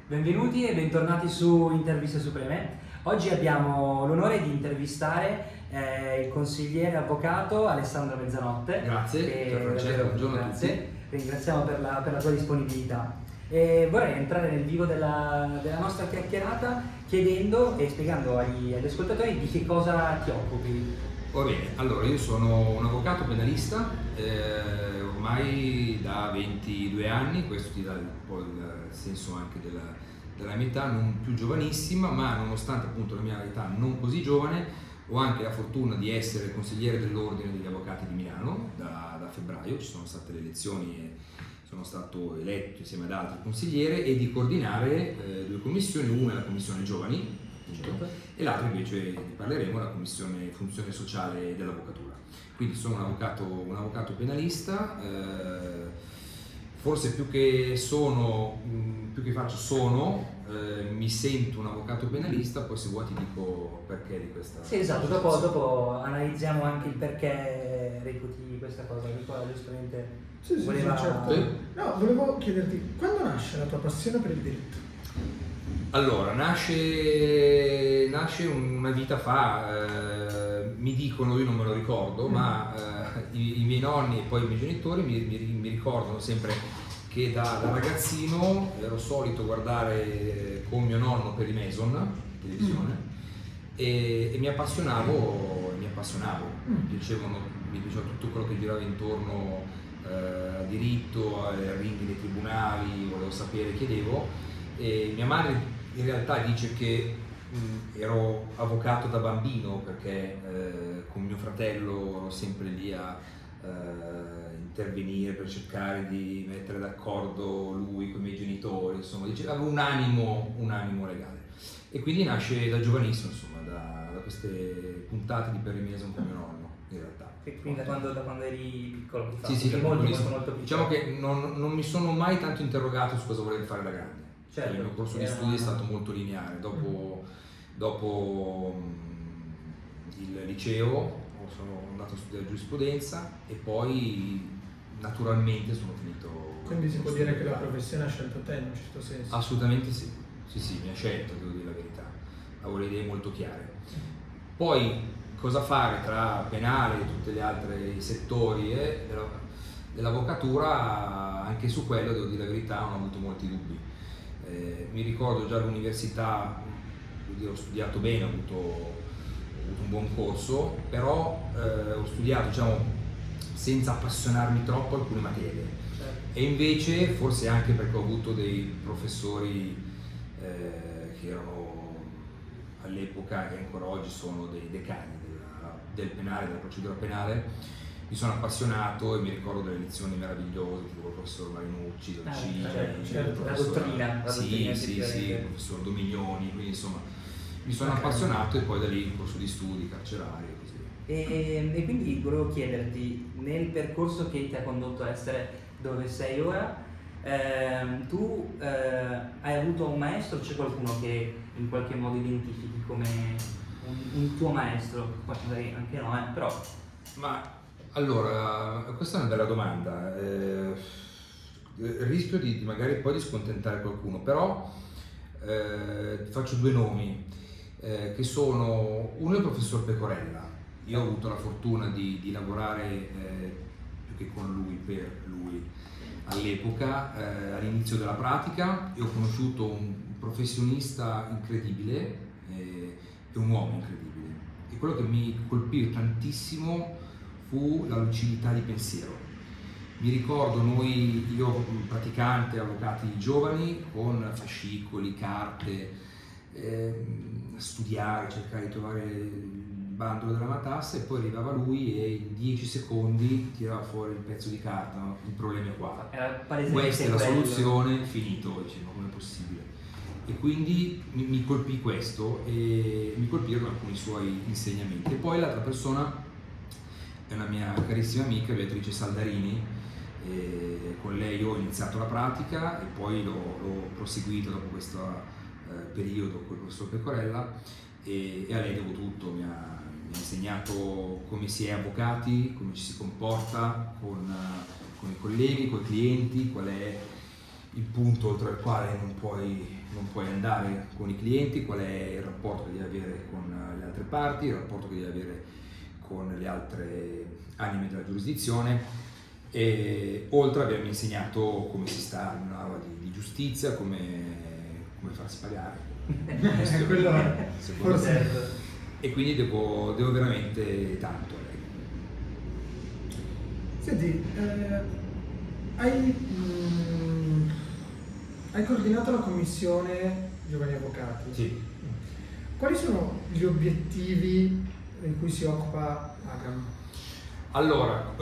Benvenuti e bentornati su Interviste Supreme. Oggi abbiamo l'onore di intervistare il consigliere avvocato Alessandro Mezzanotte. Grazie, Francesco, buongiorno a tutti. Ringraziamo per la tua disponibilità. E vorrei entrare nel vivo della nostra chiacchierata chiedendo e spiegando agli ascoltatori di che cosa ti occupi. Va bene, allora io sono un avvocato penalista, ormai da 22 anni, questo ti dà un po' il senso anche della mia età, non più giovanissima, ma nonostante appunto la mia età non così giovane, ho anche la fortuna di essere consigliere dell'Ordine degli Avvocati di Milano da febbraio, ci sono state le elezioni e sono stato eletto insieme ad altri consigliere, e di coordinare due commissioni, una è la commissione giovani, e l'altra invece ne parleremo, la commissione funzione sociale dell'avvocatura. Quindi sono un avvocato penalista, forse più che faccio mi sento un avvocato penalista, poi se vuoi ti dico perché di questa. Sì, esatto, dopo analizziamo anche il perché reputi questa cosa, Nicola giustamente voleva. Sì, certo. No, volevo chiederti, quando nasce la tua passione per il diritto? Allora, nasce una vita fa, mi dicono, io non me lo ricordo, ma i miei nonni e poi i miei genitori mi ricordano sempre che da ragazzino ero solito guardare con mio nonno per i Mason, televisione, e mi appassionavo, mi piaceva tutto quello che girava intorno al diritto, ai ring dei tribunali, volevo sapere, chiedevo, e mia madre in realtà dice che ero avvocato da bambino perché con mio fratello ero sempre lì a intervenire per cercare di mettere d'accordo lui con i miei genitori, insomma, avevo un animo legale, e quindi nasce da giovanissimo, insomma, da queste puntate di Perry Mason con mio nonno, in realtà. E quindi da quando eri piccolo? Sì, molto piccolo. Diciamo che non mi sono mai tanto interrogato su cosa volevo fare da grande. Certo, il mio corso di studi è stato molto lineare. Dopo il liceo sono andato a studiare giurisprudenza e poi naturalmente sono finito. Quindi si può dire che la professione ha scelto te in un certo senso? Assolutamente sì, mi ha scelto, devo dire la verità, avevo le idee molto chiare. Poi cosa fare tra penale e tutti gli altri settori dell'avvocatura, anche su quello, devo dire la verità, ho avuto molti dubbi. Mi ricordo già all'università, ho studiato bene, ho avuto un buon corso, però ho studiato, diciamo, senza appassionarmi troppo a alcune materie. Certo. E invece, forse anche perché ho avuto dei professori che erano all'epoca e ancora oggi sono dei decani del penale, della procedura penale, mi sono appassionato e mi ricordo delle lezioni meravigliose, tipo il professor Marinucci, Dolcini, certo. La dottrina, sì, il professor Dominioni, quindi insomma mi sono appassionato, e poi da lì il corso di studi carcerari e così via. E quindi volevo chiederti, nel percorso che ti ha condotto a essere dove sei ora, tu hai avuto un maestro, c'è qualcuno che in qualche modo identifichi come un tuo maestro? Poi magari anche no, però. Ma allora, questa è una bella domanda, rischio di magari poi di scontentare qualcuno, però faccio due nomi che sono, uno è il professor Pecorella. Io ho avuto la fortuna di lavorare più che con lui, per lui all'epoca, all'inizio della pratica, e ho conosciuto un professionista incredibile e un uomo incredibile, e quello che mi colpì tantissimo fu la lucidità di pensiero. Mi ricordo io praticante, avvocati giovani, con fascicoli, carte, studiare, cercare di trovare il bandolo della matassa, e poi arrivava lui e in 10 secondi tirava fuori il pezzo di carta, no? Il problema è qua, questa è la soluzione, finito, diciamo, come è possibile? E quindi mi colpì questo, e mi colpirono alcuni suoi insegnamenti. E poi l'altra persona è una mia carissima amica, Beatrice Saldarini, e con lei ho iniziato la pratica e poi l'ho proseguito dopo questo periodo con il professor Pecorella, e a lei devo tutto. Mi ha insegnato come si è avvocati, come ci si comporta con i colleghi, con i clienti, qual è il punto oltre il quale non puoi andare con i clienti, qual è il rapporto che devi avere con le altre parti, il rapporto che devi avere con le altre anime della giurisdizione. E oltre abbiamo insegnato come si sta in un'aula di giustizia, come farsi pagare. Quello forse. E quindi devo veramente tanto. Senti, hai coordinato la commissione Giovani Avvocati. Sì. Quali sono gli obiettivi di cui si occupa Agam? Allora,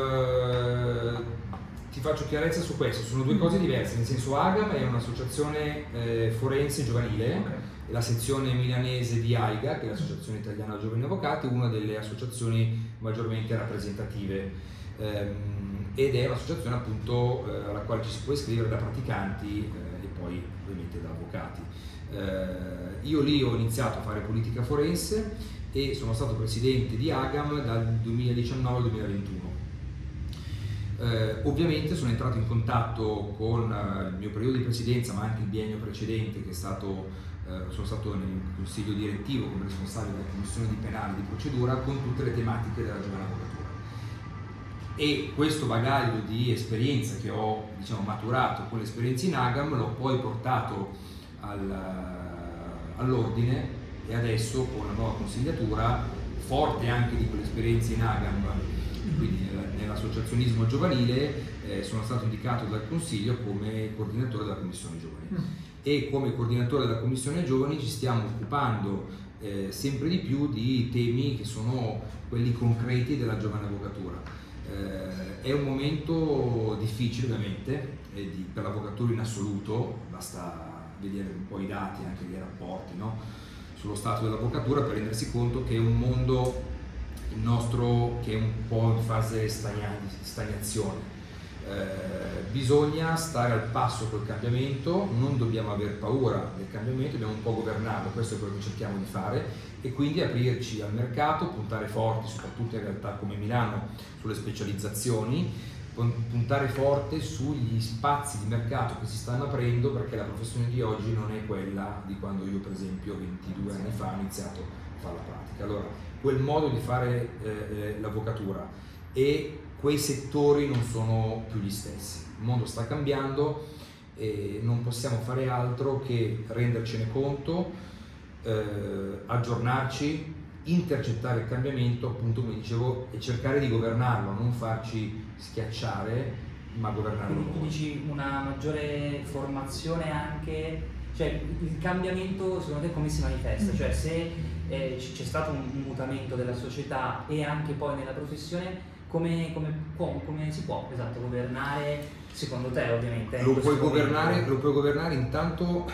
ti faccio chiarezza su questo, sono due cose diverse, nel senso Agam è un'associazione forense giovanile, Okay. la sezione milanese di AIGA, che è l'Associazione Italiana Giovani Avvocati, una delle associazioni maggiormente rappresentative, ed è un'associazione appunto alla quale ci si può iscrivere da praticanti e poi ovviamente da avvocati. Io lì ho iniziato a fare politica forense e sono stato presidente di Agam dal 2019 al 2021. Ovviamente sono entrato in contatto con il mio periodo di presidenza, ma anche il biennio precedente, che è stato, sono stato nel consiglio direttivo come responsabile della commissione di penale di procedura, con tutte le tematiche della giovane avvocatura. E questo bagaglio di esperienza che ho, diciamo, maturato con l'esperienza in Agam l'ho poi portato all'ordine, e adesso con la nuova consigliatura, forte anche di quell'esperienza in Agam, quindi nell'associazionismo giovanile, sono stato indicato dal Consiglio come coordinatore della Commissione Giovani. E come coordinatore della Commissione Giovani ci stiamo occupando sempre di più di temi che sono quelli concreti della giovane avvocatura. È un momento difficile ovviamente per l'avvocatura in assoluto, basta vedere un po' i dati, anche dei rapporti, no? Sullo stato dell'avvocatura, per rendersi conto che è un mondo, il nostro, che è un po' in fase di stagnazione. Bisogna stare al passo col cambiamento, non dobbiamo aver paura del cambiamento, dobbiamo un po' governarlo, questo è quello che cerchiamo di fare, e quindi aprirci al mercato, puntare forti, soprattutto in realtà come Milano, sulle specializzazioni, puntare forte sugli spazi di mercato che si stanno aprendo, perché la professione di oggi non è quella di quando io per esempio 22 anni fa ho iniziato a fare la pratica. Allora, quel modo di fare l'avvocatura e quei settori non sono più gli stessi, il mondo sta cambiando e non possiamo fare altro che rendercene conto, aggiornarci, intercettare il cambiamento, appunto come dicevo, e cercare di governarlo, non farci schiacciare, ma governarlo. Quindi tu dici una maggiore formazione anche, cioè il cambiamento secondo te come si manifesta? Cioè se c'è stato un mutamento della società e anche poi nella professione, come si può governare secondo te, ovviamente? Lo puoi governare intanto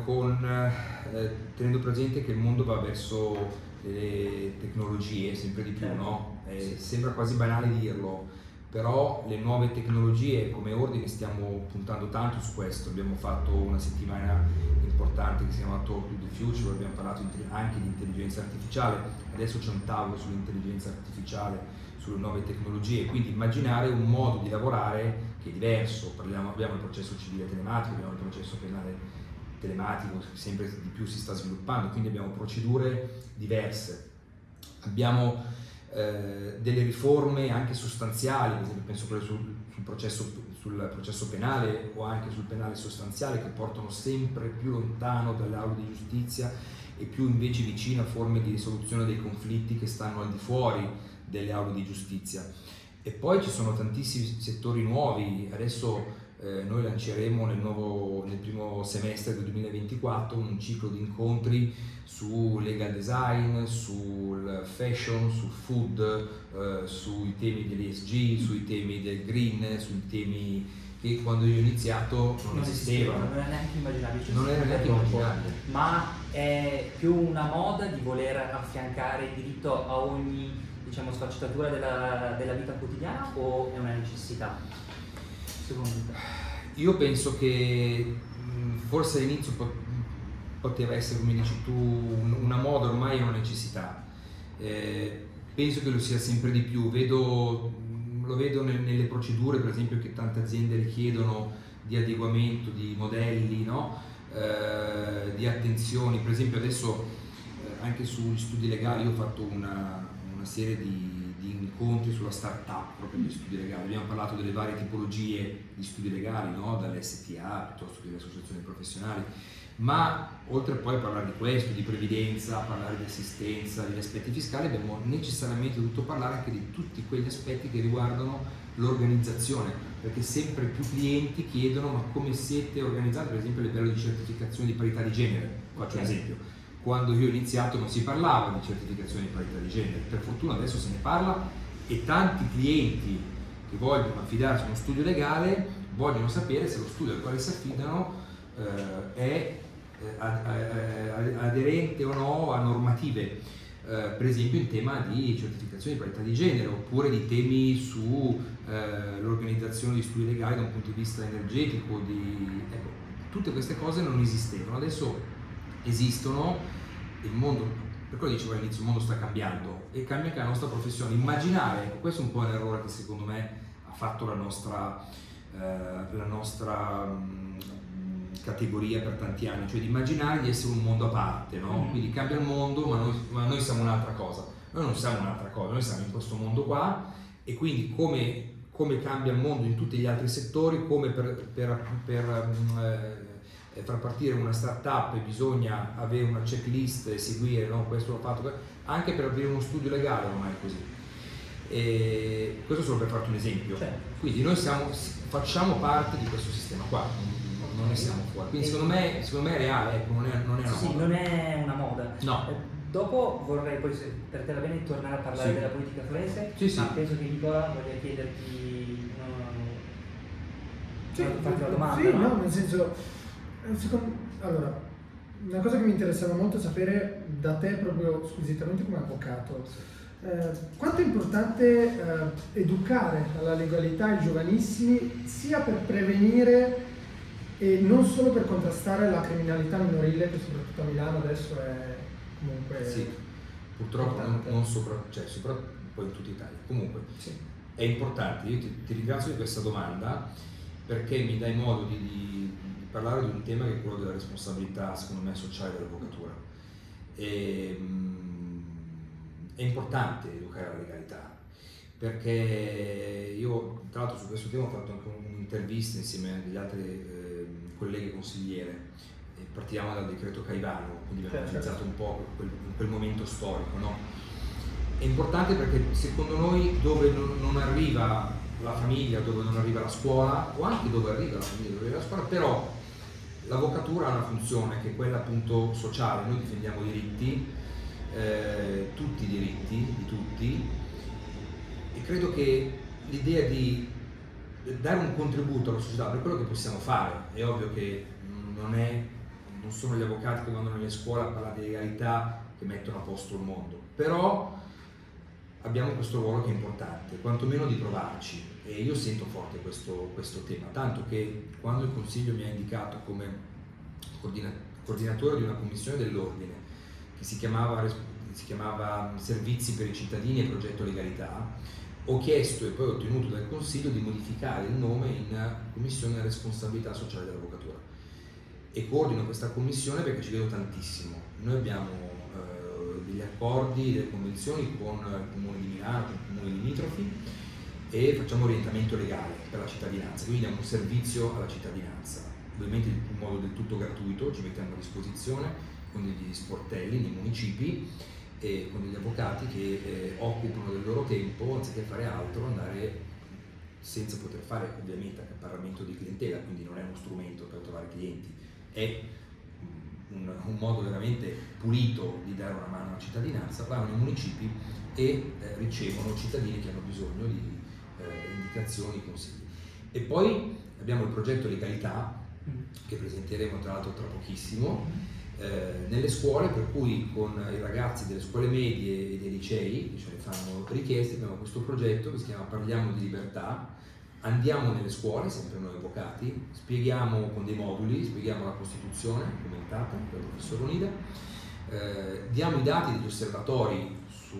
tenendo presente che il mondo va verso le tecnologie sempre di più, no? Sembra quasi banale dirlo, però le nuove tecnologie, come ordine stiamo puntando tanto su questo. Abbiamo fatto una settimana importante che si chiama Talk to the Future, abbiamo parlato anche di intelligenza artificiale, adesso c'è un tavolo sull'intelligenza artificiale, sulle nuove tecnologie, quindi immaginare un modo di lavorare che è diverso. Abbiamo il processo civile telematico, abbiamo il processo penale telematico che sempre di più si sta sviluppando, quindi abbiamo procedure diverse, abbiamo delle riforme anche sostanziali, per esempio penso quelle sul processo penale o anche sul penale sostanziale, che portano sempre più lontano dalle aule di giustizia e più invece vicino a forme di risoluzione dei conflitti che stanno al di fuori delle aule di giustizia. E poi ci sono tantissimi settori nuovi. Adesso noi lanceremo nel primo semestre del 2024 un ciclo di incontri su legal design, sul fashion, sul food, sui temi dell'ESG, sui temi del green, sui temi che quando io ho iniziato non esistevano. Non era neanche immaginabile. Non era neanche immaginabile. Ma è più una moda di voler affiancare il diritto a ogni, diciamo, sfaccettatura della vita quotidiana, o è una necessità, secondo te? Io penso che forse all'inizio poteva essere, come dici tu, una moda, ormai è una necessità. Penso che lo sia sempre di più. Lo vedo nelle procedure, per esempio, che tante aziende richiedono di adeguamento di modelli, no? Di attenzioni. Per esempio adesso anche sugli studi legali io ho fatto una serie di incontri sulla startup proprio di studi legali. Abbiamo parlato delle varie tipologie di studi legali, no? Dalle STA piuttosto che dalle associazioni professionali, ma oltre poi a parlare di questo, di previdenza, a parlare di assistenza, degli aspetti fiscali, abbiamo necessariamente dovuto parlare anche di tutti quegli aspetti che riguardano l'organizzazione, perché sempre più clienti chiedono ma come siete organizzati, per esempio a livello di certificazione di parità di genere. Faccio un esempio: quando io ho iniziato non si parlava di certificazione di parità di genere, per fortuna adesso se ne parla e tanti clienti che vogliono affidarsi a uno studio legale vogliono sapere se lo studio al quale si affidano è aderente o no a normative, per esempio in tema di certificazione di parità di genere, oppure di temi su l'organizzazione di studi legali da un punto di vista energetico, ecco, tutte queste cose non esistevano, adesso esistono. Il mondo, per quello dicevo all'inizio, il mondo sta cambiando e cambia anche la nostra professione. Immaginare, ecco, questo è un po' l'errore che secondo me ha fatto la nostra categoria per tanti anni, cioè di immaginare di essere un mondo a parte, no? Quindi cambia il mondo, ma noi siamo un'altra cosa. Noi non siamo un'altra cosa, noi siamo in questo mondo qua, e quindi come cambia il mondo in tutti gli altri settori, come per far partire una startup bisogna avere una checklist e seguire, no? Questo l'ho fatto, anche per aprire uno studio legale ormai è così. E questo solo per farti un esempio. Quindi noi facciamo parte di questo sistema qua, non ne siamo fuori. Quindi secondo me è reale, ecco, non è una moda. Sì, non è una moda. No. Dopo vorrei poi, se per te va bene, tornare a parlare della politica forense, sì. Ma penso che Nicola voglia chiederti farti una domanda. Sì, no, nel senso, allora, una cosa che mi interessava molto sapere da te proprio squisitamente come avvocato, quanto è importante educare alla legalità i giovanissimi, sia per prevenire e non solo per contrastare la criminalità minorile, che soprattutto a Milano adesso è comunque... Sì, purtroppo non soprattutto poi in tutta Italia. Comunque sì, è importante. Io ti ringrazio di questa domanda, perché mi dai modo di parlare di un tema che è quello della responsabilità, secondo me, sociale dell'avvocatura. È importante educare alla legalità, perché io tra l'altro su questo tema ho fatto anche un'intervista insieme a degli altri colleghi consigliere. Partiamo dal decreto Caivano, quindi abbiamo analizzato un po' quel momento storico, no? È importante perché secondo noi dove non arriva la famiglia, dove non arriva la scuola, o anche dove arriva la famiglia, dove arriva la scuola, però l'avvocatura ha una funzione che è quella appunto sociale. Noi difendiamo diritti, tutti i diritti di tutti, e credo che l'idea di dare un contributo alla società per quello che possiamo fare, è ovvio che non sono gli avvocati che vanno nelle scuole a parlare di legalità che mettono a posto il mondo, però abbiamo questo ruolo che è importante, quantomeno di provarci, e io sento forte questo tema, tanto che quando il Consiglio mi ha indicato come coordinatore di una commissione dell'ordine che si chiamava Servizi per i cittadini e Progetto Legalità, ho chiesto e poi ho ottenuto dal Consiglio di modificare il nome in Commissione Responsabilità Sociale dell'Avvocatura, e coordino questa commissione perché ci vedo tantissimo. Noi abbiamo degli accordi, delle convenzioni con il Comune di Milano, con i comuni limitrofi, e facciamo orientamento legale per la cittadinanza, quindi diamo un servizio alla cittadinanza, ovviamente in modo del tutto gratuito. Ci mettiamo a disposizione con degli sportelli nei municipi e con degli avvocati che occupano del loro tempo, anziché fare altro, andare, senza poter fare ovviamente accaparramento di clientela, quindi non è uno strumento per trovare clienti, è un modo veramente pulito di dare una mano alla cittadinanza. Vanno nei municipi e ricevono cittadini che hanno bisogno di indicazioni, consigli. E poi abbiamo il progetto Legalità, che presenteremo tra l'altro tra pochissimo, nelle scuole, per cui con i ragazzi delle scuole medie e dei licei che ce ne fanno richieste abbiamo questo progetto che si chiama Parliamo di Libertà. Andiamo nelle scuole, sempre noi avvocati, spieghiamo con dei moduli, spieghiamo la Costituzione commentata dal professor Onida, diamo i dati degli osservatori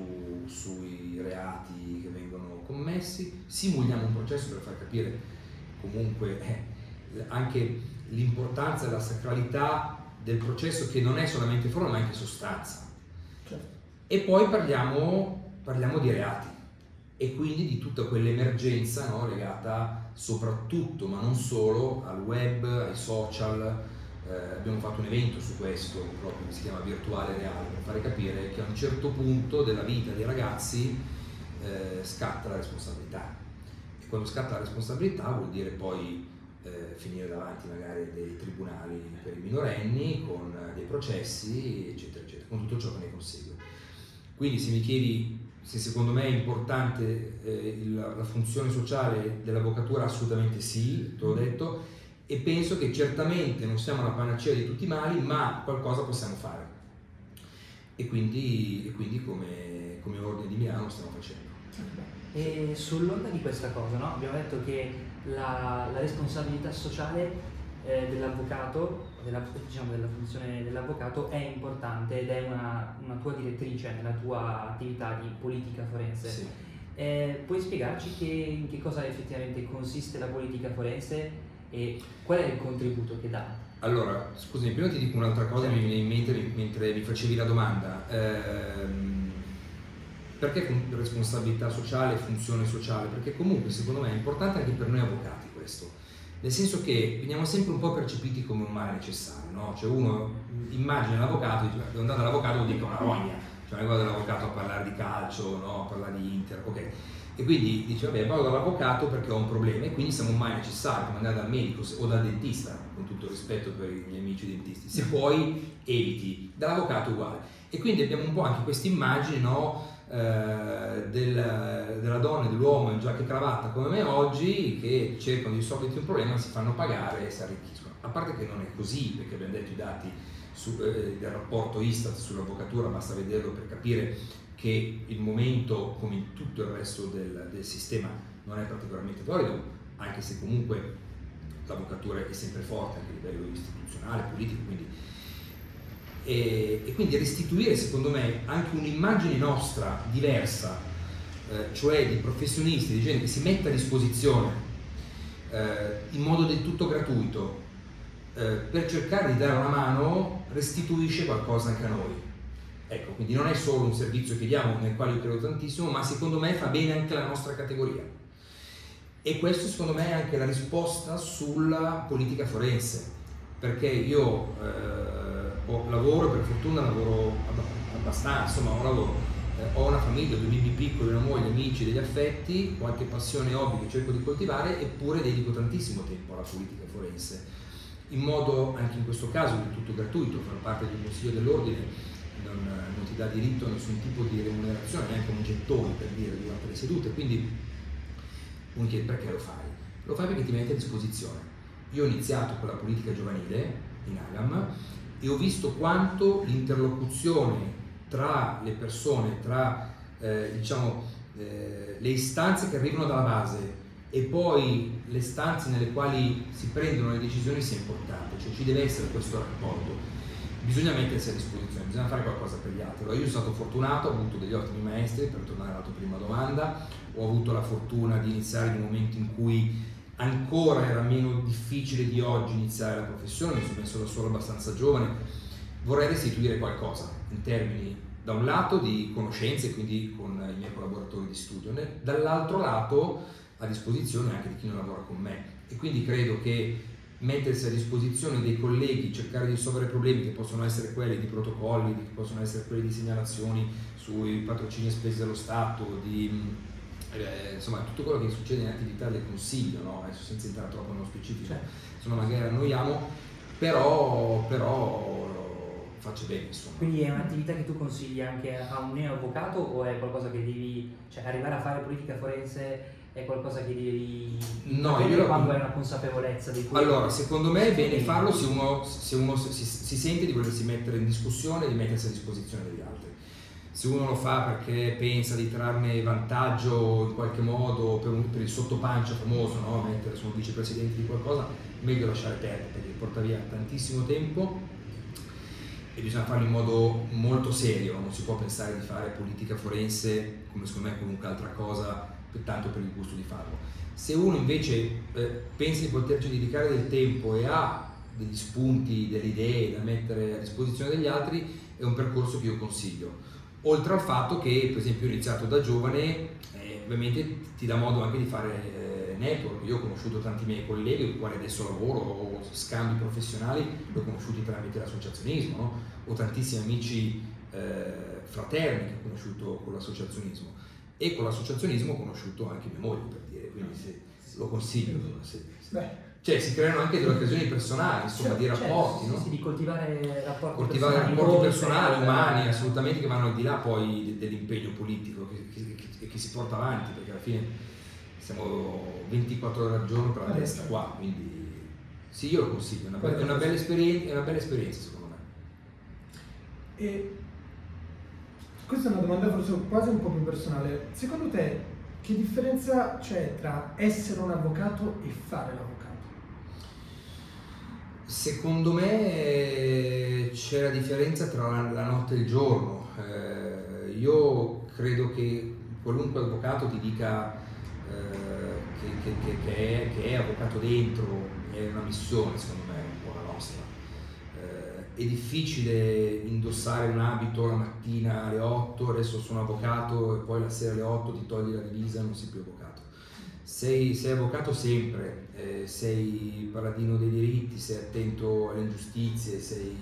sui reati che vengono commessi, simuliamo un processo per far capire comunque anche l'importanza e la sacralità del processo, che non è solamente forma ma anche sostanza. Certo. E poi parliamo di reati e quindi di tutta quell'emergenza, no, legata soprattutto, ma non solo, al web, ai social. Abbiamo fatto un evento su questo proprio, che si chiama Virtuale Reale, per fare capire che a un certo punto della vita dei ragazzi scatta la responsabilità, e quando scatta la responsabilità vuol dire poi finire davanti magari a dei tribunali per i minorenni, con dei processi, eccetera, eccetera, con tutto ciò che ne consegue. Quindi se mi chiedi se secondo me è importante la funzione sociale dell'avvocatura, assolutamente sì, te l'ho detto, e penso che certamente non siamo la panacea di tutti i mali, ma qualcosa possiamo fare. E quindi come Ordine di Milano stiamo facendo. E sull'onda di questa cosa, no? Abbiamo detto che la responsabilità sociale dell'avvocato, della funzione dell'avvocato è importante ed è una tua direttrice nella tua attività di politica forense. Sì. Puoi spiegarci in che cosa effettivamente consiste la politica forense e qual è il contributo che dà? Allora, scusami, prima ti dico un'altra cosa che mi viene in mente mentre mi facevi la domanda. Perché responsabilità sociale e funzione sociale? Perché comunque secondo me è importante anche per noi avvocati questo, nel senso che veniamo sempre un po' percepiti come un male necessario, no? Cioè uno immagina l'avvocato e dice, devo andare dall'avvocato, vuol dire che è una rogna, cioè non è dall'avvocato a parlare di calcio, no? A parlare di Inter, ok. E quindi dice, vabbè, vado dall'avvocato perché ho un problema, e quindi siamo un male necessario, come andare dal medico o dal dentista, con tutto il rispetto per i miei amici dentisti, se puoi eviti, dall'avvocato uguale. E quindi abbiamo un po' anche questa immagine, no? Della donna e dell'uomo in giacca e cravatta come me oggi, che cercano di risolvere un problema, si fanno pagare e si arricchiscono. A parte che non è così, perché abbiamo detto i dati del rapporto Istat sull'avvocatura, basta vederlo per capire che il momento, come in tutto il resto del sistema, non è particolarmente florido, anche se comunque l'avvocatura è sempre forte anche a livello istituzionale, politico, e quindi restituire secondo me anche un'immagine nostra diversa, cioè di professionisti, di gente che si mette a disposizione in modo del tutto gratuito per cercare di dare una mano, restituisce qualcosa anche a noi. Ecco, quindi non è solo un servizio che diamo, nel quale io credo tantissimo, ma secondo me fa bene anche la nostra categoria. E questo secondo me è anche la risposta sulla politica forense, perché io lavoro, per fortuna lavoro abbastanza, insomma ho una famiglia, 2 bimbi piccoli, una moglie, amici, degli affetti, qualche passione e hobby che cerco di coltivare, eppure dedico tantissimo tempo alla politica forense, in modo anche in questo caso del tutto gratuito. Far parte di un consiglio dell'ordine non ti dà diritto a nessun tipo di remunerazione, neanche un gettone per dire durante le sedute, quindi uno chiede perché lo fai? Lo fai perché ti mette a disposizione. Io ho iniziato con la politica giovanile in Agam e ho visto quanto l'interlocuzione tra le persone, tra le istanze che arrivano dalla base e poi le stanze nelle quali si prendono le decisioni sia importante, cioè ci deve essere questo rapporto. Bisogna mettersi a disposizione, bisogna fare qualcosa per gli altri. Allora, io sono stato fortunato, ho avuto degli ottimi maestri, per tornare alla tua prima domanda, ho avuto la fortuna di iniziare in un momento in cui ancora era meno difficile di oggi iniziare la professione, mi sono messo da solo abbastanza giovane. Vorrei restituire qualcosa in termini, da un lato, di conoscenze, quindi con i miei collaboratori di studio, dall'altro lato a disposizione anche di chi non lavora con me, e quindi credo che mettersi a disposizione dei colleghi, cercare di risolvere problemi che possono essere quelli di protocolli, che possono essere quelli di segnalazioni sui patrocini spesi dallo Stato, insomma tutto quello che succede in attività del consiglio, no? Adesso senza entrare troppo nello specifico, insomma magari annoiamo, però faccio bene, insomma. Quindi è un'attività che tu consigli anche a un neo avvocato, o è qualcosa che devi, cioè arrivare a fare politica forense è qualcosa che devi quando hai una consapevolezza di quello? Allora, secondo me è bene farlo se uno si sente di volersi mettere in discussione e di mettersi a disposizione degli altri. Se uno lo fa perché pensa di trarne vantaggio in qualche modo per il sottopancia famoso, no? Mentre sono vicepresidente di qualcosa, meglio lasciare perdere, perché porta via tantissimo tempo e bisogna farlo in modo molto serio. Non si può pensare di fare politica forense come secondo me qualunque altra cosa, tanto per il gusto di farlo. Se uno invece pensa di poterci dedicare del tempo e ha degli spunti, delle idee da mettere a disposizione degli altri, è un percorso che io consiglio. Oltre al fatto che, per esempio, ho iniziato da giovane, ovviamente ti dà modo anche di fare network. Io ho conosciuto tanti miei colleghi con i quali adesso lavoro, o scambi professionali, li ho conosciuti tramite l'associazionismo, no? Ho tantissimi amici fraterni che ho conosciuto con l'associazionismo, e con l'associazionismo ho conosciuto anche mia moglie, per dire, quindi lo consiglio. Cioè si creano anche delle occasioni personali, insomma, di rapporti, no? Sì, di coltivare rapporti personali, umani, assolutamente, che vanno al di là poi dell'impegno politico che si porta avanti, perché alla fine siamo 24 ore al giorno per la testa qua, quindi sì, io lo consiglio, è una bella esperienza secondo me. E questa è una domanda forse quasi un po' più personale. Secondo te che differenza c'è tra essere un avvocato e fare l'avvocato? Secondo me c'è la differenza tra la notte e il giorno. Io credo che qualunque avvocato ti dica che è avvocato dentro, è una missione, secondo me, un po' la nostra. È difficile indossare un abito la mattina alle 8, adesso sono avvocato, e poi la sera alle 8 ti togli la divisa e non sei più avvocato. Sei avvocato sempre, sei paladino dei diritti, sei attento alle ingiustizie,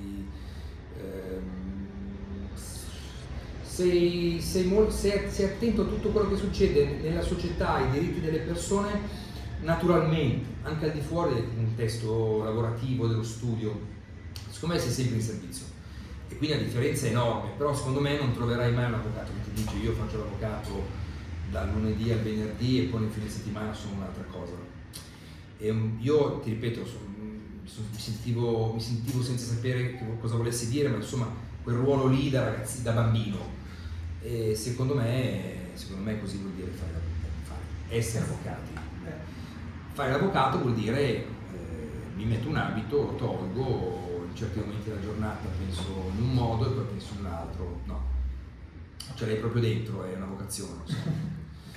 sei attento a tutto quello che succede nella società, ai diritti delle persone, naturalmente, anche al di fuori del contesto lavorativo, dello studio. Secondo me sei sempre in servizio, e quindi la differenza è enorme, però secondo me non troverai mai un avvocato che ti dice io faccio l'avvocato dal lunedì al venerdì e poi nel fine settimana sono un'altra cosa. Io ti ripeto, mi sentivo senza sapere cosa volesse dire, ma insomma quel ruolo lì da bambino, e secondo me così vuol dire essere avvocati. Fare l'avvocato vuol dire mi metto un abito, lo tolgo, in certi momenti della giornata penso in un modo e poi penso in un altro. No, ce l'hai proprio dentro, è una vocazione, non so.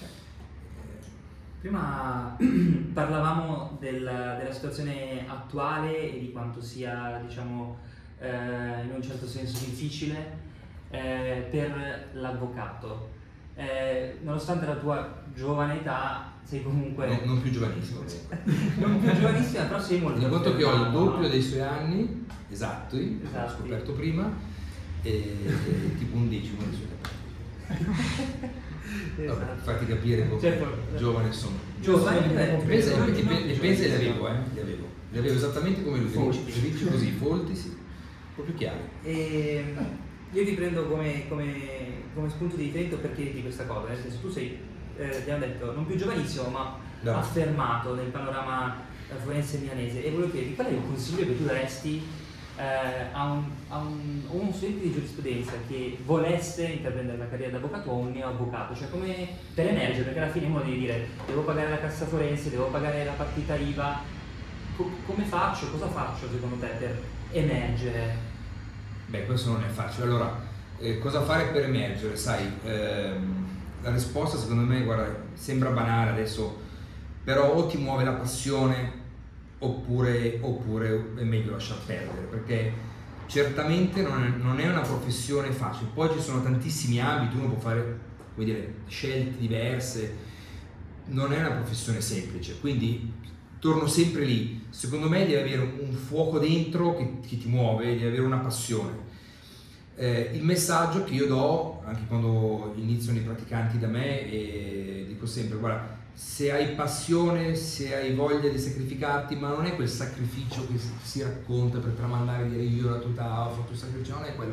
Prima parlavamo della situazione attuale e di quanto sia, diciamo, in un certo senso difficile per l'avvocato. Nonostante la tua giovane età, sei comunque... Non più giovanissimo. Non più giovanissima, però sei molto... Mi conto che ho il doppio dei suoi anni, esatti, l'ho scoperto prima, e tipo 1/10 dei suoi anni. Esatto. Vabbè, farti capire come giovane sono. Giovane, pensa li avevo esattamente come lui, felici così, folti, sì, proprio chiari. E io ti prendo come spunto di riferimento perché di questa cosa, nel senso tu sei, abbiamo detto, non più giovanissimo ma affermato nel panorama forense milanese, e volevo chiederti qual è il consiglio che tu daresti a uno studente di giurisprudenza che volesse intraprendere la carriera d'avvocato o un neoavvocato, cioè come per emergere, perché alla fine uno deve dire devo pagare la cassa forense, devo pagare la partita IVA, come faccio, cosa faccio secondo te per emergere? Beh, questo non è facile. Allora, cosa fare per emergere? Sai, la risposta secondo me, guarda, sembra banale adesso, però o ti muove la passione oppure è meglio lasciar perdere, perché certamente non è una professione facile. Poi ci sono tantissimi ambiti, uno può fare, come dire, scelte diverse, non è una professione semplice, quindi torno sempre lì. Secondo me devi avere un fuoco dentro che ti muove, devi avere una passione. Il messaggio che io do anche quando iniziano i praticanti da me, e dico sempre, guarda, se hai passione, se hai voglia di sacrificarti, ma non è quel sacrificio che si racconta per tramandare e dire io la tua età ho fatto il sacrificio, non è quello.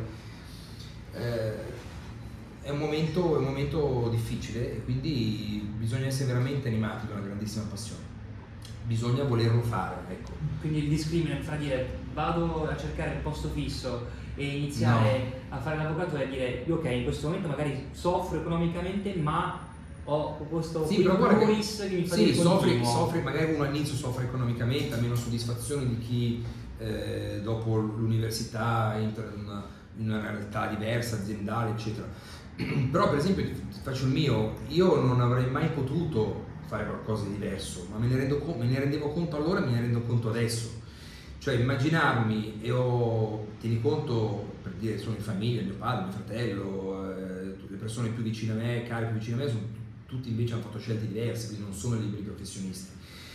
È un momento difficile, e quindi bisogna essere veramente animati da una grandissima passione, bisogna volerlo fare, ecco. Quindi il discrimine fra dire vado a cercare il posto fisso e iniziare a fare l'avvocato e dire ok, in questo momento magari soffro economicamente ma ho questo sì, però guarda che mi fa soffri, magari uno all'inizio soffre economicamente, ha meno soddisfazione di chi dopo l'università entra in una realtà diversa, aziendale, eccetera. Però per esempio ti faccio il mio, io non avrei mai potuto fare qualcosa di diverso, ma me ne rendevo conto allora e me ne rendo conto adesso. Cioè immaginarmi, tieni conto, per dire, sono in famiglia, mio padre, mio fratello, le persone più vicine a me, cari più vicine a me, tutti invece hanno fatto scelte diverse, quindi non sono liberi professionisti.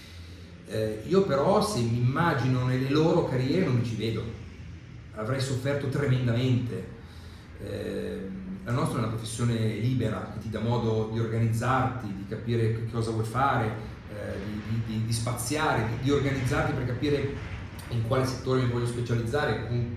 Io però se mi immagino nelle loro carriere non mi ci vedo, avrei sofferto tremendamente. La nostra è una professione libera che ti dà modo di organizzarti, di capire che cosa vuoi fare, di spaziare, di organizzarti per capire in quale settore mi voglio specializzare, con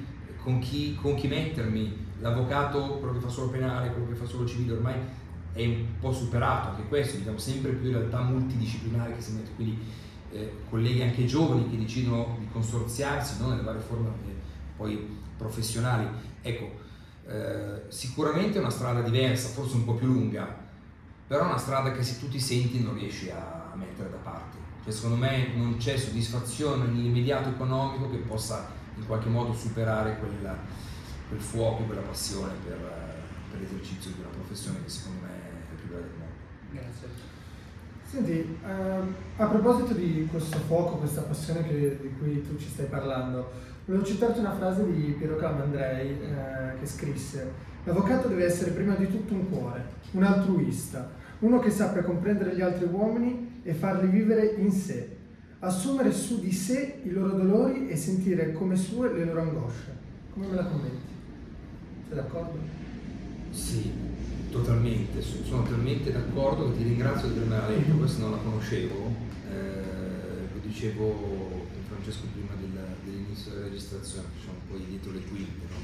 chi mettermi. L'avvocato, quello che fa solo penale, quello che fa solo civile, ormai è un po' superato anche questo, diciamo sempre più in realtà multidisciplinari che si mette, quindi colleghi anche giovani che decidono di consorziarsi, no, nelle varie forme poi professionali. Ecco, sicuramente è una strada diversa, forse un po' più lunga, però è una strada che se tu ti senti non riesci a mettere da parte. Cioè, secondo me non c'è soddisfazione nell'immediato economico che possa in qualche modo superare quel fuoco, quella passione per l'esercizio di una professione che secondo me è la più bella del mondo. Grazie. Senti, a proposito di questo fuoco, questa passione di cui tu ci stai parlando, volevo citarti una frase di Piero Calamandrei che scrisse: l'avvocato deve essere prima di tutto un cuore, un altruista, uno che sappia comprendere gli altri uomini e farli vivere in sé, assumere su di sé i loro dolori e sentire come sue le loro angosce. Come me la commenti? Sei d'accordo? Sì, totalmente, sono talmente d'accordo che ti ringrazio di avermela letto, questa non la conoscevo, lo dicevo con Francesco prima dell'inizio della registrazione, diciamo poi dietro le quinte, no?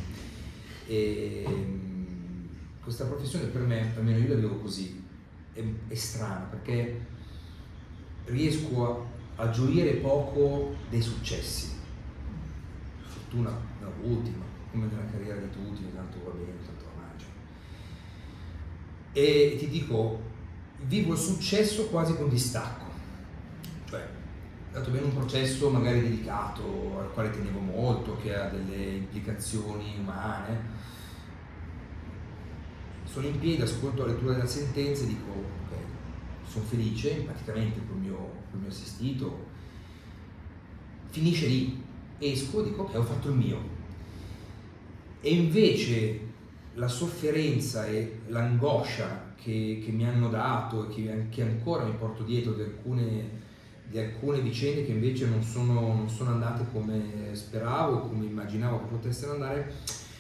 E questa professione per me, almeno io la vivo così, è strana perché riesco a gioire poco dei successi, fortuna ne ho avuti, ma come nella carriera di tutti, tanto va bene, tanto va male. E ti dico, vivo il successo quasi con distacco, cioè è stato bene un processo magari dedicato al quale tenevo molto, che ha delle implicazioni umane. Sono in piedi, ascolto la lettura della sentenza e dico ok, sono felice, praticamente col mio assistito, finisce lì, esco e dico ok, ho fatto il mio. E invece la sofferenza e l'angoscia che mi hanno dato e che ancora mi porto dietro di alcune vicende che invece non sono andate come speravo, come immaginavo che potessero andare,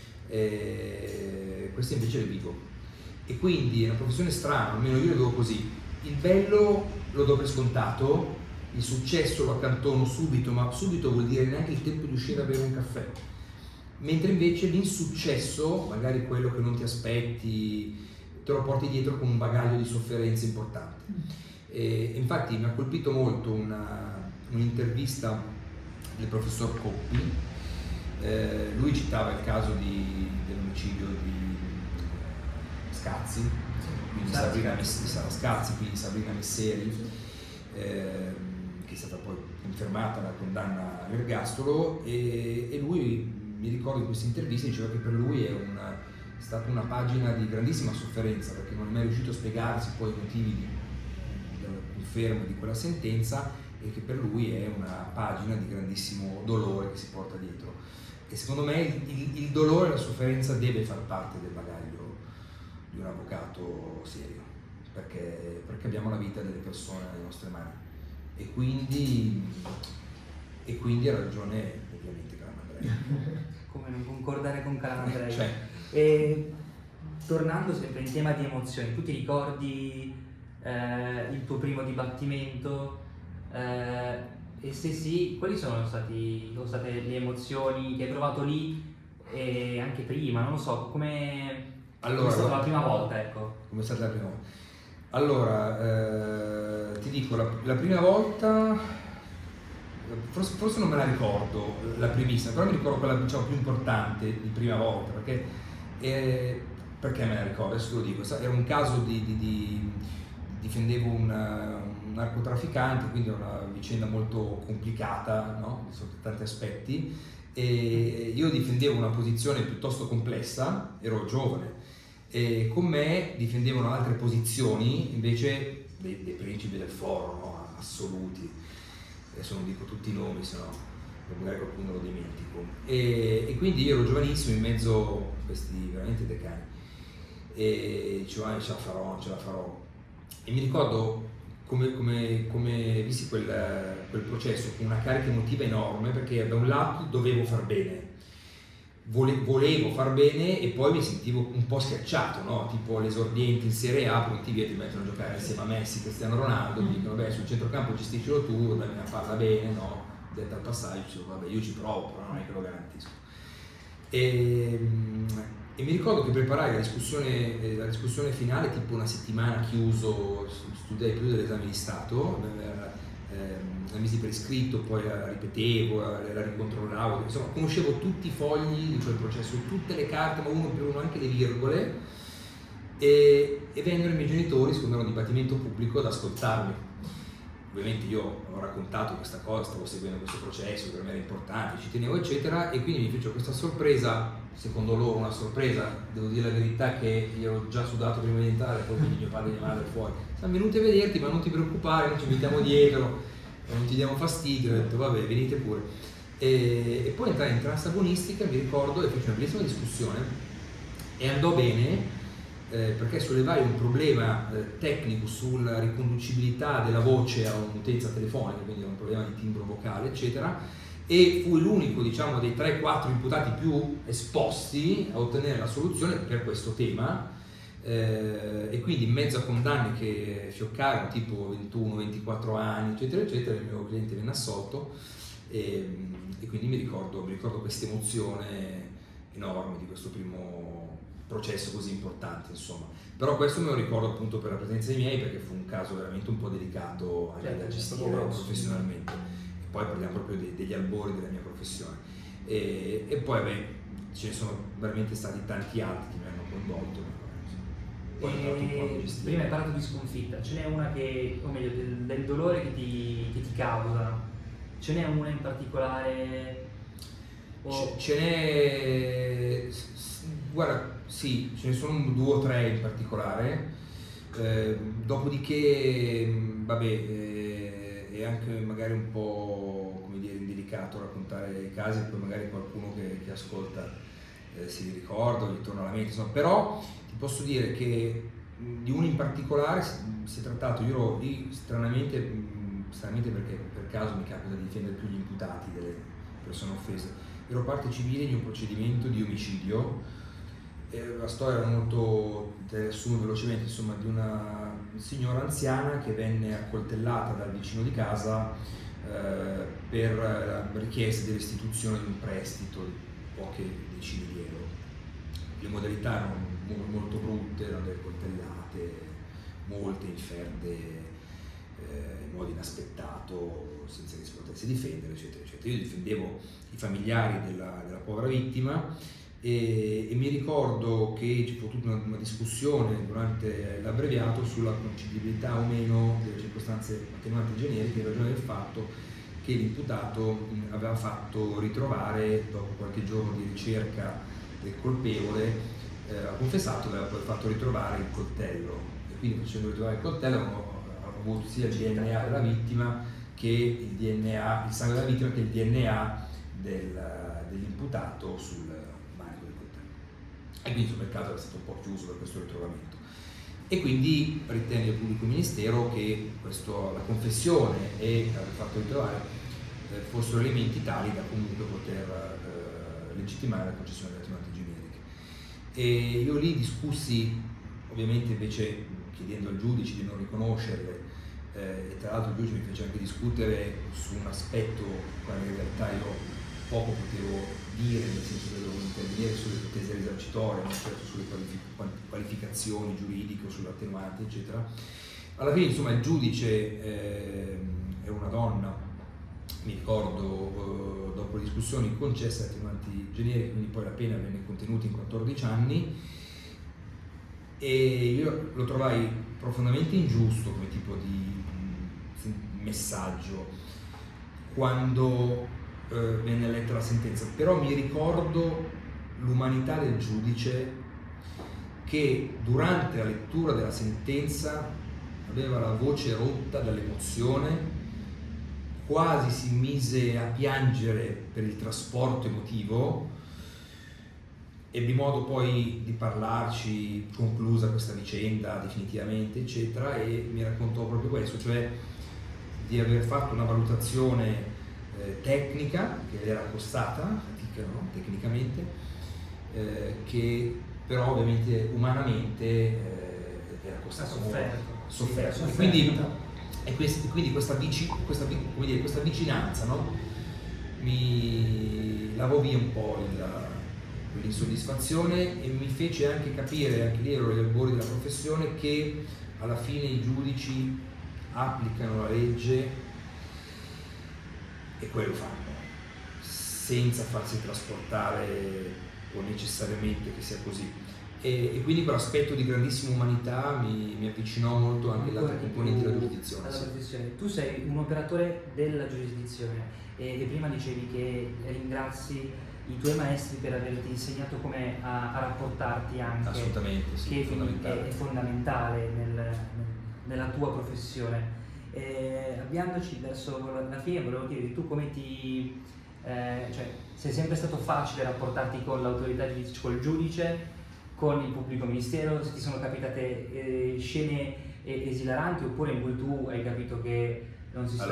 queste invece le vivo. E quindi è una professione strana, almeno io la vedo così. Il bello lo do per scontato, il successo lo accantono subito, ma subito vuol dire neanche il tempo di uscire a bere un caffè. Mentre invece l'insuccesso, magari quello che non ti aspetti, te lo porti dietro con un bagaglio di sofferenze importanti. E infatti mi ha colpito molto un'intervista del professor Coppi. Lui citava il caso dell'omicidio di Scazzi, quindi Sabrina Messeri, che è stata poi confermata la condanna all'ergastolo, e lui, mi ricordo in questa intervista, diceva che per lui è stata una pagina di grandissima sofferenza, perché non è mai riuscito a spiegarsi poi i motivi della conferma di quella sentenza, e che per lui è una pagina di grandissimo dolore che si porta dietro. E secondo me il dolore e la sofferenza deve far parte del bagaglio di un avvocato serio, perché abbiamo la vita delle persone nelle nostre mani, e quindi ha ragione ovviamente Calamandrei. Come non concordare con Calamandrei? Cioè. E tornando sempre in tema di emozioni, tu ti ricordi il tuo primo dibattimento? E se sì, quali sono state le emozioni che hai provato lì e anche prima? Non lo so, come è stata la prima volta, ecco. Come è stata la prima volta? Allora, ti dico, la prima volta, forse non me la ricordo, la primissima, però mi ricordo quella, diciamo, più importante di prima volta, perché me la ricordo, adesso te lo dico, era un caso difendevo un narcotrafficante, quindi è una vicenda molto complicata, no? Sotto tanti aspetti, e io difendevo una posizione piuttosto complessa, ero giovane, E con me difendevano altre posizioni invece dei principi del foro, no? Assoluti. Adesso non dico tutti i nomi, sennò magari qualcuno lo dimentico. E quindi io ero giovanissimo in mezzo a questi veramente decani e dicevo, ce la farò, non ce la farò. E mi ricordo come vissi quel processo con una carica emotiva enorme, perché da un lato dovevo far bene, volevo far bene, e poi mi sentivo un po' schiacciato, no? Tipo l'esordiente in Serie A, pronti via, ti mettono a giocare insieme a Messi, Cristiano Ronaldo, ti dicono vabbè, sul centrocampo gestiscilo tu, dammi una palla bene, no? Detta al passaggio, dicevo vabbè, io ci provo, però non è che lo garantisco. E mi ricordo che preparai la discussione finale tipo una settimana chiuso, studiai più dell'esame di Stato, la misi per iscritto, poi la ripetevo, la ricontrollavo, insomma conoscevo tutti i fogli di quel processo, tutte le carte, ma uno per uno anche le virgole, e vennero i miei genitori, secondo me era un dibattimento pubblico, ad ascoltarmi. Ovviamente io ho raccontato questa cosa, stavo seguendo questo processo, per me era importante, ci tenevo eccetera, e quindi mi fecero questa sorpresa, secondo loro una sorpresa, devo dire la verità che io ero già sudato prima di entrare, poi quindi mio padre e mia madre fuori, siamo venuti a vederti ma non ti preoccupare, noi ci mettiamo dietro, non ti diamo fastidio, ho detto vabbè venite pure. E poi entrai in transa agonistica, mi ricordo, e feci una bellissima discussione e andò bene. Perché sollevai un problema tecnico sulla riconducibilità della voce a un'utenza telefonica, quindi un problema di timbro vocale eccetera, e fui l'unico, diciamo, dei 3-4 imputati più esposti a ottenere la soluzione per questo tema, e quindi in mezzo a condanne che fioccarono tipo 21-24 anni eccetera eccetera, il mio cliente venne assolto, e quindi mi ricordo questa emozione enorme di questo primo processo così importante, insomma. Però questo me lo ricordo appunto per la presenza dei miei, perché fu un caso veramente un po' delicato anche da gestire professionalmente. E poi parliamo proprio degli albori della mia professione. E poi vabbè, ce ne sono veramente stati tanti altri che mi hanno coinvolto. Prima hai parlato di sconfitta, ce n'è una che, o meglio, del dolore che ti causa, ce n'è una in particolare? Ce n'è, guarda, sì, ce ne sono 2 o 3 in particolare, dopodiché vabbè, è anche magari un po', come dire, indelicato raccontare i casi, poi magari qualcuno che ascolta si ricorda o gli torna alla mente, insomma. Però ti posso dire che di uno in particolare si è trattato, io ero lì stranamente perché per caso mi capita di difendere più gli imputati delle persone offese. Ero parte civile di un procedimento di omicidio. La storia era molto, te la riassumo velocemente, insomma, di una signora anziana che venne accoltellata dal vicino di casa per la richiesta di restituzione di un prestito di poche decine di euro. Le modalità erano molto brutte, erano delle coltellate, molte inferte in modo inaspettato, senza che si potesse difendere, eccetera, eccetera. Io difendevo i familiari della povera vittima, e mi ricordo che ci fu tutta una discussione durante l'abbreviato sulla concedibilità o meno delle circostanze attenuanti generiche, in ragione del fatto che l'imputato aveva fatto ritrovare, dopo qualche giorno di ricerca del colpevole, ha confessato che aveva poi fatto ritrovare il coltello, e quindi facendo ritrovare il coltello hanno avuto sia il DNA della vittima che il sangue della vittima che il DNA dell'imputato sul manico del coltello. E quindi insomma il caso era stato un po' chiuso per questo ritrovamento. E quindi ritenne il pubblico ministero che la confessione e aver fatto ritrovare fossero elementi tali da comunque poter legittimare la concessione delle attenuanti generiche. E io lì discussi, ovviamente invece chiedendo al giudice di non riconoscerle, e tra l'altro il giudice mi fece anche discutere su un aspetto quale in realtà io poco potevo dire, nel senso che dovevo intervenire sulle ipotesi risarcitorie, non certo sulle qualificazioni giuridiche o sull'attenuante, eccetera. Alla fine, insomma, il giudice è una donna, mi ricordo, dopo le discussioni concesse attenuanti generiche, quindi poi la pena venne contenuta in 14 anni, e io lo trovai profondamente ingiusto come tipo di messaggio quando venne letta la sentenza, però mi ricordo l'umanità del giudice che durante la lettura della sentenza aveva la voce rotta dall'emozione, quasi si mise a piangere per il trasporto emotivo. Ebbi modo poi di parlarci, conclusa questa vicenda definitivamente, eccetera, e mi raccontò proprio questo, cioè di aver fatto una valutazione tecnica, che le era costata, fatica, no? Tecnicamente, che però ovviamente umanamente era costata sofferto. E quindi questa vicinanza, no? Mi lavò via un po' l'insoddisfazione e mi fece anche capire, anche lì ero agli albori della professione, che alla fine i giudici applicano la legge e quello fanno, senza farsi trasportare o necessariamente che sia così. E quindi quell'aspetto di grandissima umanità mi avvicinò molto anche alle altre componenti della giurisdizione. Tu sei un operatore della giurisdizione e prima dicevi che ringrazi i tuoi maestri per averti insegnato come a rapportarti anche. Assolutamente, sì, che è fondamentale nella tua professione. Avviandoci verso la fine, volevo chiederti tu come cioè, se è sempre stato facile rapportarti con l'autorità giudiziaria, col giudice, con il pubblico ministero, se ti sono capitate scene esilaranti oppure in cui tu hai capito che non si sta...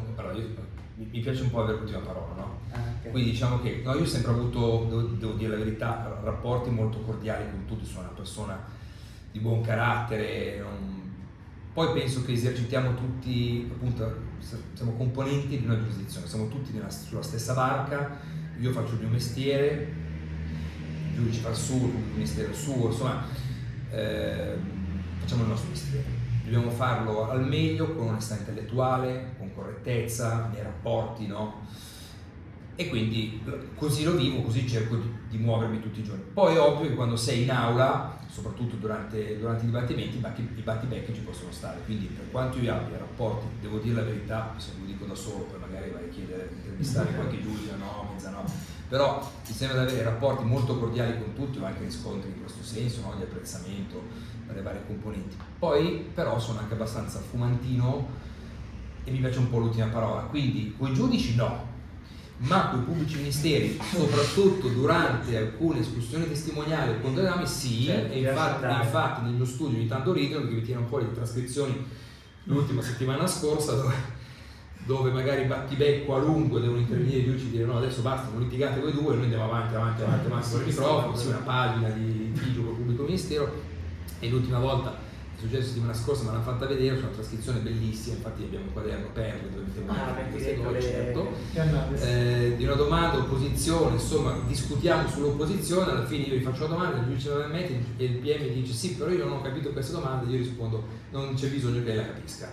Mi piace un po' avere l'ultima parola, no? Okay. Quindi diciamo che io ho sempre avuto, devo dire la verità, rapporti molto cordiali con tutti, sono una persona di buon carattere, poi penso che esercitiamo tutti, appunto, siamo componenti di una giurisdizione, siamo tutti sulla stessa barca, io faccio il mio mestiere, il giudice fa il suo, il ministero il suo, insomma, facciamo il nostro mestiere. Dobbiamo farlo al meglio, con onestà intellettuale, con correttezza, nei rapporti, no? E quindi così lo vivo, così cerco di muovermi tutti i giorni. Poi è ovvio che quando sei in aula, soprattutto durante i dibattimenti, i battibecchi ci possono stare. Quindi per quanto io abbia rapporti, devo dire la verità, se lo dico da solo, poi magari vai a chiedere, intervistare qualche giudice, no, mezzanotte. Però mi sembra di avere rapporti molto cordiali con tutti, ho anche riscontri in questo senso, no, di apprezzamento dalle varie componenti. Poi però sono anche abbastanza fumantino e mi piace un po' l'ultima parola, quindi coi giudici no, ma con i pubblici ministeri, soprattutto durante alcune escursioni testimoniali o condannami, sì, certo, e infatti nel mio studio ogni tanto ridono perché mi tirano fuori le trascrizioni l'ultima settimana scorsa dove magari battibecco a lungo e devono intervenire i giudici e dire no, adesso basta, non litigate voi due, noi andiamo avanti con il microfono, sì, una pagina di litigio con il pubblico ministero. E l'ultima volta, è successo la settimana scorsa, me l'hanno fatta vedere, c'è una trascrizione bellissima, infatti abbiamo un quaderno perle dove mettiamo queste cose, certo, di una domanda, opposizione, insomma discutiamo sull'opposizione, alla fine io gli faccio una domanda, il giudice la mette e il PM dice sì, però io non ho capito questa domanda, io rispondo non c'è bisogno che lei la capisca.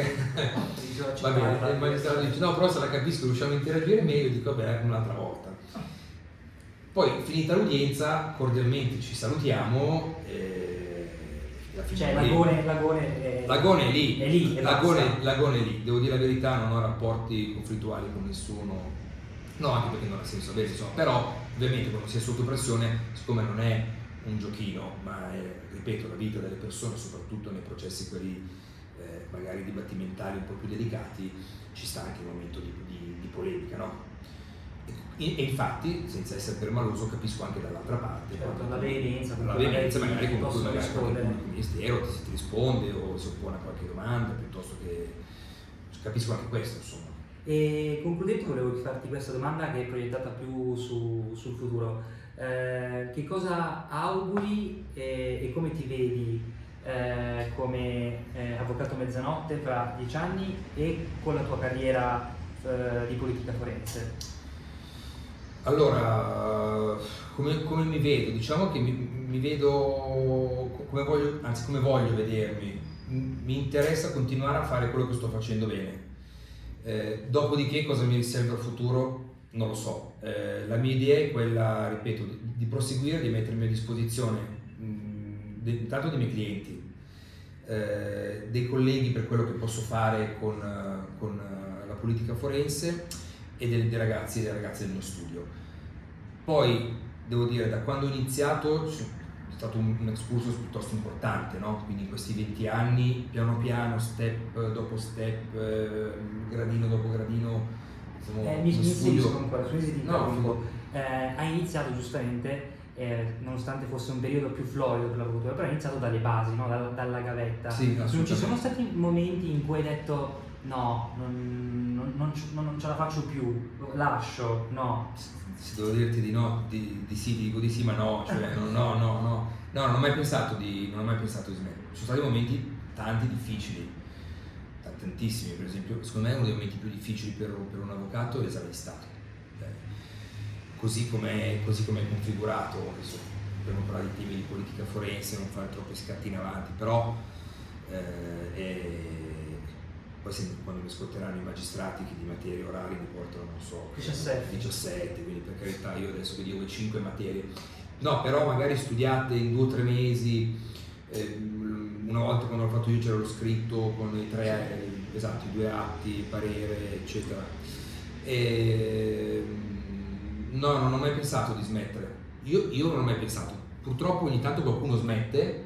Va bene, il magistrato dice no, però se la capisco riusciamo a interagire meglio, dico vabbè, un'altra volta. Poi finita l'udienza, cordialmente ci salutiamo. Cioè Lagone è lì, Lagone è lì, devo dire la verità, non ho rapporti conflittuali con nessuno, no, anche perché non ha senso avere, insomma, però ovviamente quando si è sotto pressione, siccome non è un giochino, ma è, ripeto, la vita delle persone, soprattutto nei processi quelli magari dibattimentali un po' più delicati, ci sta anche un momento di polemica, no? E infatti, senza essere permaloso, capisco anche dall'altra parte, certo, la veemenza magari con cui magari il ministero ti risponde o si oppone a qualche domanda, piuttosto che capisco anche questo, insomma. E concludendo volevo farti questa domanda che è proiettata più sul futuro. Che cosa auguri e come ti vedi come avvocato mezzanotte fra 10 anni e con la tua carriera di politica forense? Allora, come mi vedo? Diciamo che mi vedo come voglio vedermi. Mi interessa continuare a fare quello che sto facendo bene. Dopodiché cosa mi riserva il futuro? Non lo so. La mia idea è quella, ripeto, di proseguire, di mettermi a disposizione intanto dei miei clienti, dei colleghi per quello che posso fare con la politica forense e dei ragazzi e delle ragazze del mio studio. Poi devo dire, da quando ho iniziato stato un excursus piuttosto importante, no? Quindi in questi 20 anni, piano piano, step dopo step, gradino dopo gradino, mi seguisco ancora, no, hai iniziato giustamente, nonostante fosse un periodo più florido per l'avvocatura, però hai iniziato dalle basi, no? dalla gavetta. Sì, non ci sono stati momenti in cui hai detto no, non ce la faccio più, lascio, no? Se devo dirti di no, di sì, ti dico di sì, ma no, cioè no, non ho mai pensato di smettere. Ci sono stati momenti tanti difficili, tantissimi, per esempio, secondo me uno dei momenti più difficili per un avvocato è l'esame di Stato. Così come è configurato, adesso per non parlare di temi di politica forense, non fare troppi scatti in avanti, però poi quando mi ascolteranno i magistrati che di materie orali ne portano, non so, 17, quindi per carità io adesso che dico 5 materie, no, però magari studiate in 2 o 3 mesi, una volta quando l'ho fatto io c'era lo scritto con i 2 atti, parere, eccetera. No, non ho mai pensato di smettere, io non ho mai pensato, purtroppo ogni tanto qualcuno smette,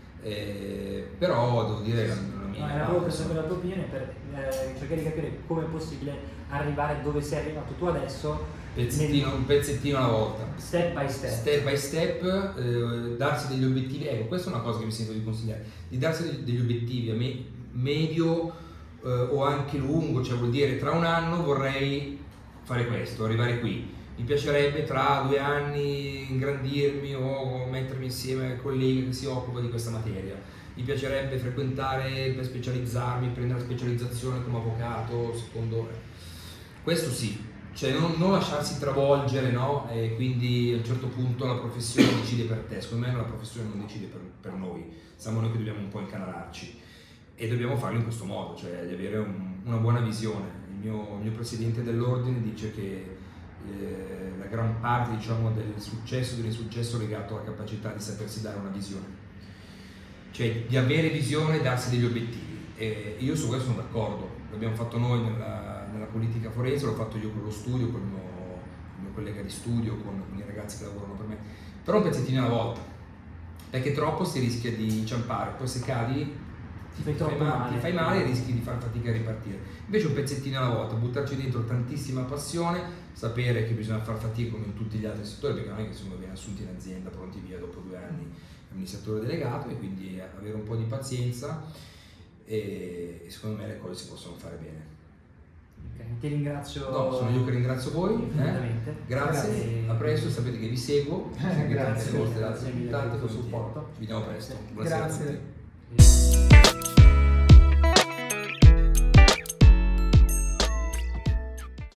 però devo dire la mia... era proprio per sapere la tua opinione, per cercare di capire come è possibile arrivare dove sei arrivato tu adesso, un pezzettino alla volta, step by step, darsi degli obiettivi. Ecco, questa è una cosa che mi sento di consigliare, di darsi degli obiettivi a medio o anche lungo, cioè vuol dire tra un anno vorrei fare questo, arrivare qui. Mi piacerebbe tra 2 anni ingrandirmi o mettermi insieme ai colleghi che si occupano di questa materia. Mi piacerebbe frequentare per specializzarmi, prendere la specializzazione come avvocato, secondo me. Questo sì, cioè non lasciarsi travolgere, no? E quindi a un certo punto la professione decide per te. Secondo me la professione non decide per noi, siamo noi che dobbiamo un po' incanalarci e dobbiamo farlo in questo modo, cioè di avere una buona visione. Il mio presidente dell'ordine dice che la gran parte, diciamo, del successo e dell'insuccesso è legato alla capacità di sapersi dare una visione, cioè di avere visione e darsi degli obiettivi, e io su questo sono d'accordo. L'abbiamo fatto noi nella politica forense, l'ho fatto io con lo studio, con il mio collega di studio, con i ragazzi che lavorano per me, però un pezzettino alla volta, perché troppo si rischia di inciampare, poi se cadi ti fai male e rischi di far fatica a ripartire. Invece un pezzettino alla volta, buttarci dentro tantissima passione, sapere che bisogna far fatica come in tutti gli altri settori, perché non è che se uno viene assunto in azienda pronti via dopo 2 anni amministratore delegato, e quindi avere un po' di pazienza e secondo me le cose si possono fare bene. Okay, ti ringrazio. No, sono io che ringrazio voi. Grazie, a presto, sapete che vi seguo. Grazie mille per il tuo supporto. Ci vediamo presto. Buonasera a tutti. Grazie.